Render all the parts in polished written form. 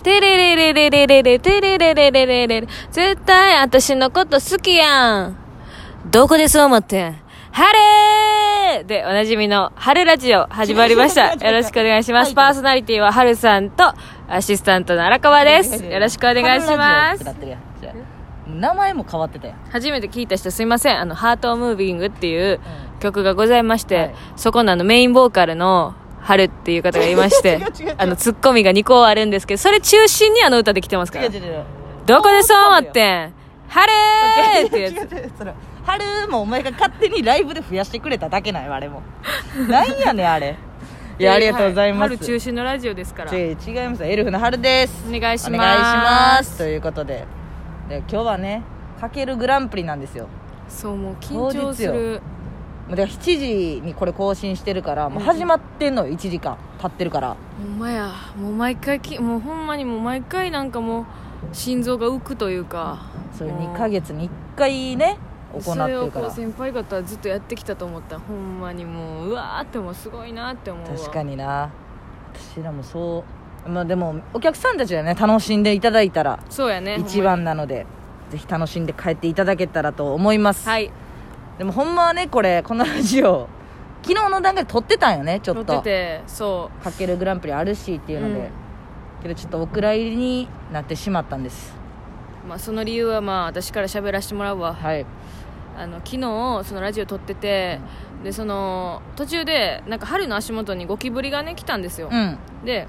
テレレレレレレレテレレレレレレ絶対私のこと好きやん。どこでそう思ってん？春でおなじみの春ラジオ始まりました。よろしくお願いします。パーソナリティは春さんとアシスタントの荒川です。よろしくお願いします。 名前も変わってたよ。 初めて聞いた人すいません。ハートムービングっていう曲がございまして、はい、そこのメインボーカルの春っていう方がいましてツッコミが2個あるんですけど、それ中心に歌で来てますから。どこでそう思ってん？春ってやつ。 春もお前が勝手にライブで増やしてくれただけなんよ、あれも。なんやねんあれ。いや、ありがとうございます。 春中心のラジオですから。 違います。エルフの春です。 お願いします。 お願いしますということで今日はね、かけるグランプリなんですよ。 そう、もう緊張する。 もう7時にこれ更新してるから、もう始まってんのよ。1時間経ってるから。 ほんまや。もう毎回もうほんまにもう毎回なんかもう心臓が浮くというか、 それ2ヶ月に1回ね行ってるから。それをこう先輩方はずっとやってきたと思ったら、ほんまにもううわーってもうすごいなって思うわ。 確かにな。私らもそう、まあ、でもお客さんたちはね楽しんでいただいたらそうやね、 一番なので、ぜひ楽しんで帰っていただけたらと思います。 はい。 でもほんまはね、このラジオ昨日の段階で撮ってたんよね。ちょっと撮ってて、そうかけるグランプリあるしっていうので、けどちょっとお蔵入りになってしまったんです。 まあその理由は私から喋らせてもらうわ。 はい。 昨日そのラジオ撮ってて、でその途中でなんか春の足元にゴキブリがね来たんですよ。で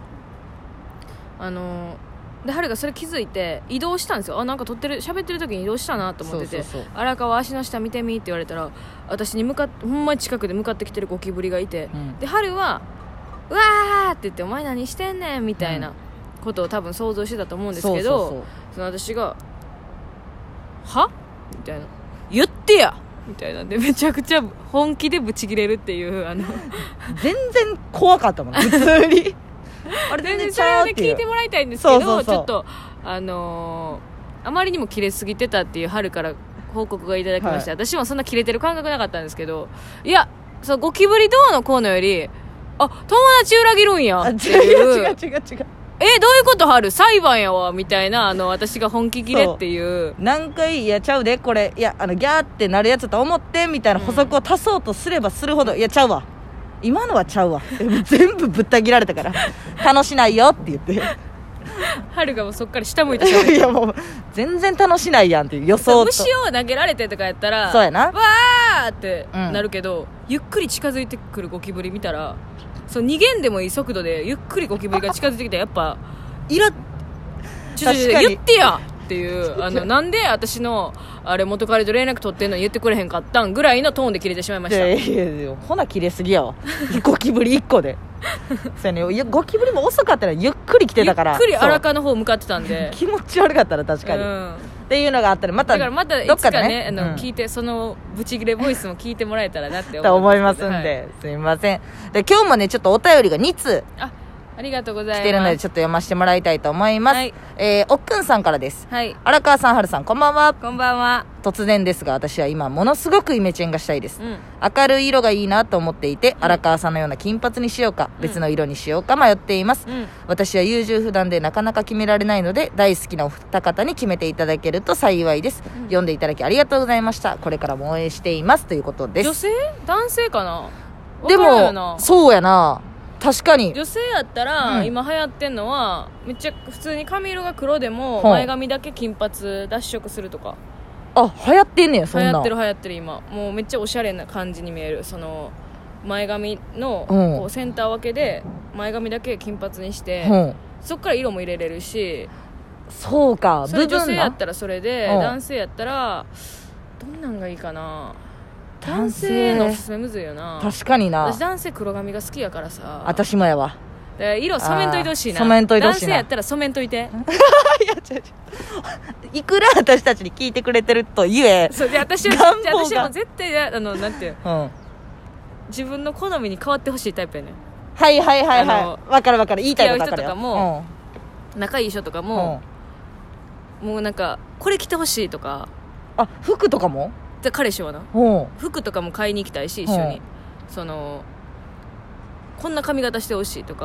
春がそれ気づいて移動したんですよ。なんか喋ってる時に移動したなと思ってて、荒川足の下見てみって言われたら、私にほんまに近くで向かってきてるゴキブリがいて、で春はうわーって言って、お前何してんねんみたいなことを多分想像してたと思うんですけど、その私がはみたいな、言ってやみたいなんで、めちゃくちゃ本気でブチギレるっていう全然怖かったもん普通にあれ全然ちゃうっていう。聞いてもらいたいんですけど、ちょっとあまりにもキレすぎてたっていう春から報告がいただきまして、私もそんなキレてる感覚なかったんですけど、いや、そうゴキブリどうのこうのより、友達裏切るんやっていう。 違うどういうこと春裁判やわみたいな、私が本気切れっていう。 何回いやちゃうでこれ、いやギャーってなるやつと思ってみたいな補足を足そうとすればするほど、いやちゃうわ、今のはちゃうわ全部ぶった切られたから楽しないよって言って春がもうそっから下向いてしまう。 いやもう全然楽しないやんっていう予想と。 虫を投げられてとかやったらそうやな、 わーってなるけど、ゆっくり近づいてくるゴキブリ見たら、そう逃げんでもいい速度でゆっくりゴキブリが近づいてきたら、やっぱちょ言ってやっていうなんで私の元彼と連絡取ってんのに言ってくれへんかったんぐらいのトーンで切れてしまいました。 いやほな切れすぎやわゴキブリ1個でそう、ね、ゴキブリも遅かったらゆっくり来てたから、 ゆっくり荒川の方向かってたんで気持ち悪かったら確かに、っていうのがあったらだからまたいつかね、聞いて、そのブチギレボイスも聞いてもらえたらなって思いますんで、すみません。で今日もねちょっとお便りが2通ありがとうございます。 来てるのでちょっと読ませてもらいたいと思います。はい、おっくんさんからです。 はい。 荒川さん、春さん、こんばんは。 こんばんは。 突然ですが、私は今ものすごくイメチェンがしたいです。明るい色がいいなと思っていて、荒川さんのような金髪にしようか、別の色にしようか迷っています。私は優柔不断でなかなか決められないので、大好きなお二方に決めていただけると幸いです。読んでいただきありがとうございました。これからも応援していますということです。 女性？男性かな？ でもそうやな。確かに女性やったら、今流行ってんのはめっちゃ普通に髪色が黒でも前髪だけ金髪脱色するとか。 流行ってんねや。そんな流行ってる今。もうめっちゃおしゃれな感じに見える。その前髪のこうセンター分けで前髪だけ金髪にして、そっから色も入れれるし。 そうか。 それ女性やったらそれで、男性やったらどんなんがいいかな。男性のおすすめむずいよな。 確かにな。 私男性黒髪が好きやからさ。 私もやわ。 色染めんといてほしいな。 染めんといてほしいな。 男性やったら染めんといて。いや違ういくら私たちに聞いてくれてると言え。 そうで私は絶対なんていう、自分の好みに変わってほしいタイプやねん。 はいわかる言いたいことわかるよ。 付き合う人とかも、仲いい人とかも、もうなんかこれ着てほしいとか。 服とかも？ 彼氏はな、服とかも買いに行きたいし、一緒にこんな髪型してほしいとか、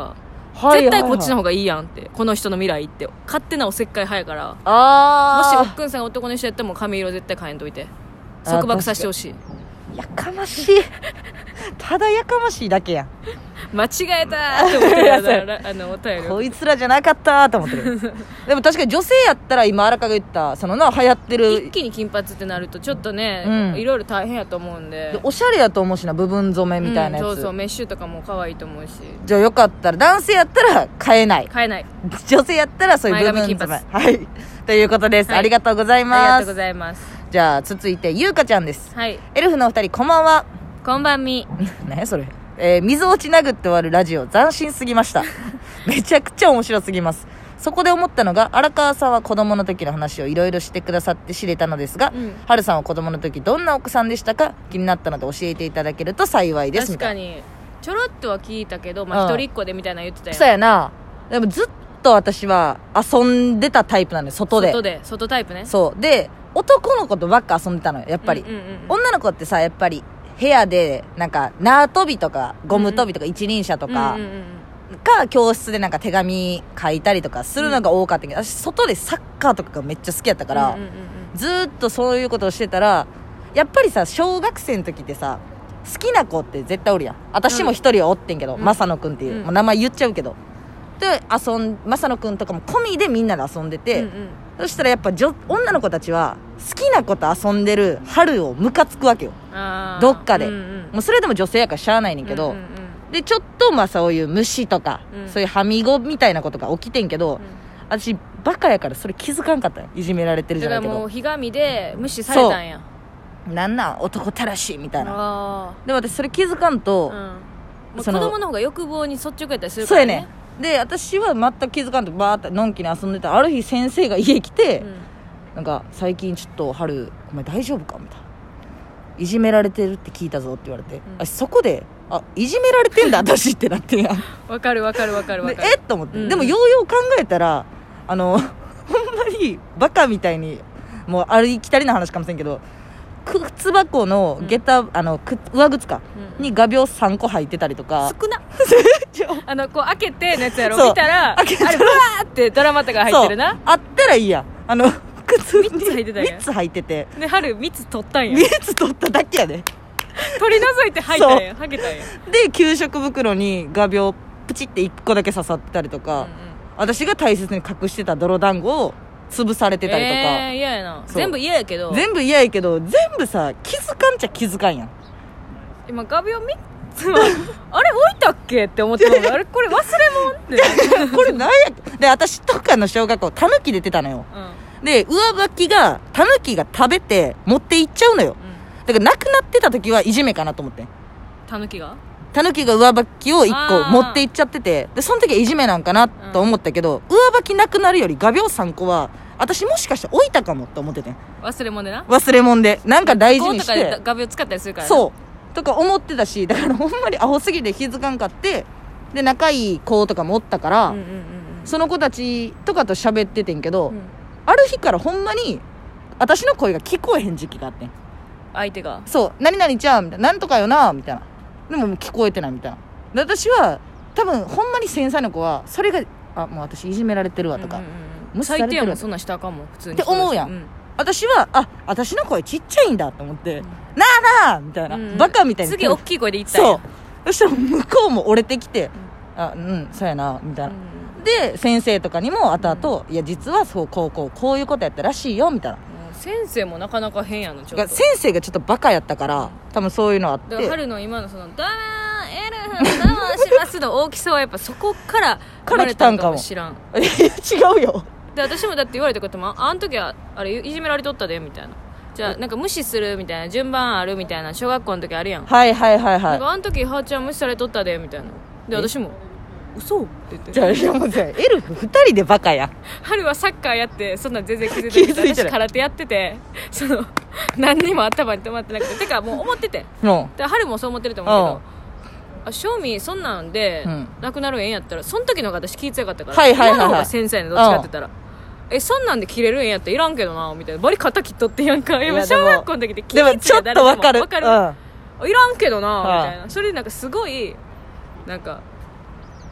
絶対こっちの方がいいやんって、この人の未来って勝手なおせっかい派やから、もしおっくんさんが男の人やっても髪色絶対変えんといて、束縛させてほしい。 やかましいただやかましいだけやん。 間違えたーって思ってお便りこいつらじゃなかったーと思ってるでも確かに女性やったら今荒川が言ったそのな流行ってる一気に金髪ってなるとちょっとね、いろいろ大変やと思うんでおしゃれやと思うしな、部分染めみたいなやつ、 そうそう、メッシュとかも可愛いと思うし。 じゃあよかったら男性やったら変えない、女性やったらそういう部分染め、はいということです、ありがとうございます。 ありがとうございます。 じゃあ続いてゆうかちゃんです。 はい。 エルフのお二人こんばんは。 こんばんみ何やそれ。水落ち殴って終わるラジオ斬新すぎましためちゃくちゃ面白すぎます。そこで思ったのが、荒川さんは子供の時の話をいろいろしてくださって知れたのですが、春さんは子供の時どんな奥さんでしたか、気になったので教えていただけると幸いです。 確かにちょろっとは聞いたけど、まあ、一人っ子でみたいな言ってたよ。 そうやな。でもずっと私は遊んでたタイプなのよ、外タイプね。 そうで男の子とばっか遊んでたのよやっぱり、女の子ってさやっぱり部屋でなんか縄跳びとかゴム跳びとか一輪車とかか教室でなんか手紙書いたりとかするのが多かったけど、私外でサッカーとかがめっちゃ好きやったから、ずっとそういうことをしてたら、やっぱりさ小学生の時ってさ好きな子って絶対おるやん。私も一人はおってんけど、正野くんっていう、もう名前言っちゃうけど、で正野くんとかも込みでみんなで遊んでて、そしたらやっぱ女の子たちは好きな子と遊んでる春をムカつくわけよ、どっかで、もうそれでも女性やからしゃあないねんけど、でちょっとまあそういう虫とか、そういうはみごみたいなことが起きてんけど、私バカやからそれ気づかんかったよ。いじめられてるじゃないけど、だからもうひがみで無視されたんや。 なんなん男たらしいみたいな。で私それ気づかんと、 もう子供の方が欲望に率直やったりするからね。 そうやね。で私は全く気づかんとバーってのんきに遊んでたら、ある日先生が家来て、なんか最近ちょっと春お前大丈夫かみたいな、いじめられてるって聞いたぞって言われて、そこでいじめられてんだ私ってなってんやわかるえっと思って、でもようよう考えたらほんまにバカみたいに、もうありきたりな話かもしれんけど、靴箱の下駄、上靴か、に画鋲3個入ってたりとか。 少なこう開けてのやつやろ、見たらあれブワーってドラマとか入ってるな。 あったらいいや、靴に 3つ入ってたんや。 3つ入ってて、 で春3つ取ったんや。 3つ取っただけやで取り除いて履いたんや、履けたんや。 で給食袋に画鋲プチって1個だけ刺さってたりとか、私が大切に隠してた泥団子を潰されてたりとか。 嫌やな。全部嫌やけど全部さ気づかんちゃ気づかんやん。 今画鋲3つはあれ置いたっけって思ってた。あれこれ忘れもんってこれ何やで、私とかの小学校タヌキ出てたのよ、で上履きがタヌキが食べて持って行っちゃうのよ、だからなくなってた時はいじめかなと思って。 タヌキが上履きを1個持って行っちゃってて、でその時はいじめなんかなと思ったけど、上履きなくなるより画鋲3個は私もしかして置いたかもって思ってて、 忘れ物でなんか大事にしてとかで画鋲使ったりするから、 そうとか思ってたし、だからほんまにアホすぎて気づかんかって、で仲いい子とかもおったから、その子たちとかと喋っててんけど、ある日からほんまに私の声が聞こえへん時期があってん。 相手がそう何々ちゃんみたいな、なんとかよなみたいな、でも聞こえてないみたいな。で私は多分ほんまに繊細な子はそれがもう私いじめられてるわとか、 無視されてるわ、最低もそんなんしたらあかんもん普通にって思うやん、私は私の声ちっちゃいんだと思って、なあなあみたいな、バカみたいに次大きい声で言ったんや。 そしたら向こうも折れてきて、そうやなみたいな、で先生とかにも後々、いや実はそうこういうことやったらしいよみたいな。 先生もなかなか変やの。ちょっと先生がちょっとバカやったから、多分そういうのあって、 春の今のそのダーエルフどうしますの大きさはやっぱそこから生まれたんかもしらん。 違うよ。 で私もだって言われたことも、あの時はあれいじめられとったでみたいな、じゃあなんか無視するみたいな、順番あるみたいな小学校の時あるやん。 はいなんかあの時はーちゃん無視されとったでみたいな。で私も嘘って言って、 じゃあもうエルフ2人でバカや。 春はサッカーやってそんなん全然気づいてない。私空手やってて何にも頭に止まってなくて、てかもう思ってて、で春もそう思ってると思うけど、正味そんなんで、なくなるんやったらその時の方が私気強かったから、今の方が繊細などっちかって言ったら、そんなんで切れるんやったらいらんけどなみたいな、バリ肩切っとってやんか。今小学校の時ででもちょっとわかる、 いらんけどなみたいな、それでなんかすごいなんか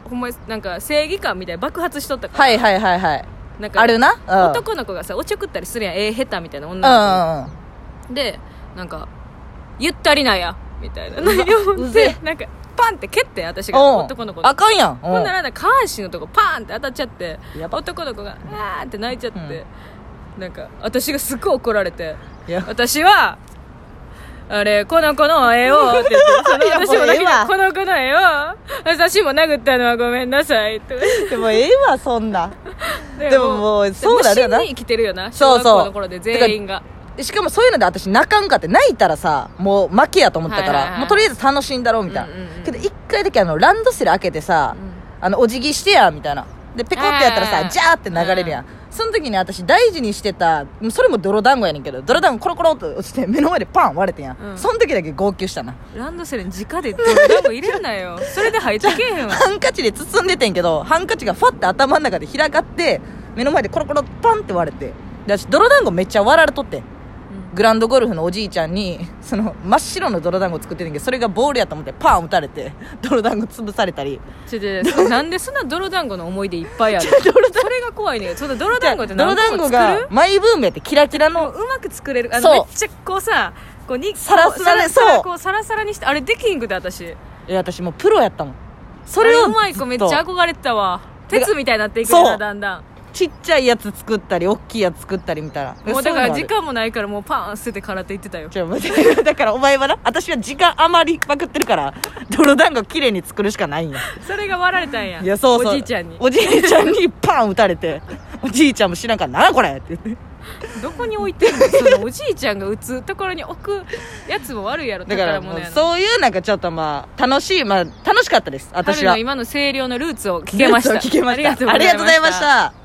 ほんまになんか正義感みたいな爆発しとったから、 はいはいはいはい、 なんかあるな、うん、 男の子がさおちょくったりするやん、下手みたいな女の子、うん、でなんかゆったりなやみたいな内容でなんかパンって蹴って私が男の子あかんやん。 ほんなら下半身のとこパーンって当たっちゃって男の子があーって泣いちゃって、うん、なんか私がすっごい怒られて、私はあれこの子の絵をって言って私も泣きなこの子の絵を私も殴ったのはごめんなさいってでもええわそんなでももうそうだよな、 無心に生きてるよな小学校の頃で全員が。 しかもそういうので私泣かんかって、泣いたらさもう負けやと思ったから、はいはいはい、もうとりあえず楽しんだろうみたいな、うんうんうん、けど一回だけランドセル開けてさ、うん、お辞儀してやみたいなでペコってやったらさジャーって流れるやん、その時に私大事にしてたそれも泥団子やねんけど泥団子コロコロっと落ちて目の前でパン割れてんやん、うん、その時だけ号泣したな。 ランドセルに直で泥団子入れるなよそれで入ってけへんわハンカチで包んでてんけどハンカチがファッて頭の中で開かって目の前でコロコロパンって割れて、で私泥団子めっちゃ割られとって、グランドゴルフのおじいちゃんにその真っ白の泥団子作ってるんけどそれがボールやと思ってパン打たれて泥団子潰されたりなんでそんな泥団子の思い出いっぱいあるそれが怖いね。その泥団子って何個も作る、 泥団子がマイブームやってキラキラのうまく作れるめっちゃこうさこうにサラサラでそうこうサラサラにしてあれできんくて私もうプロやったもん。 それをうまい子めっちゃ憧れてたわ。鉄みたいになっていくよなだんだんちっちゃいやつ作ったり大きいやつ作ったりみたいな。 もうだから時間もないからもうパン捨てて空手行ってたよ。 だからお前はな私は時間余りまくってるから泥団子きれいに作るしかないんや。 それが割られたんや。 いやそうそうおじいちゃんにパン打たれておじいちゃんも知らんからなんこれって言ってどこに置いてんのそのおじいちゃんが打つところに置くやつも悪いやろ。 だからもうそういうなんかちょっと楽しかったです私は。 春の今の声量のルーツを聞けました。 ありがとうございました。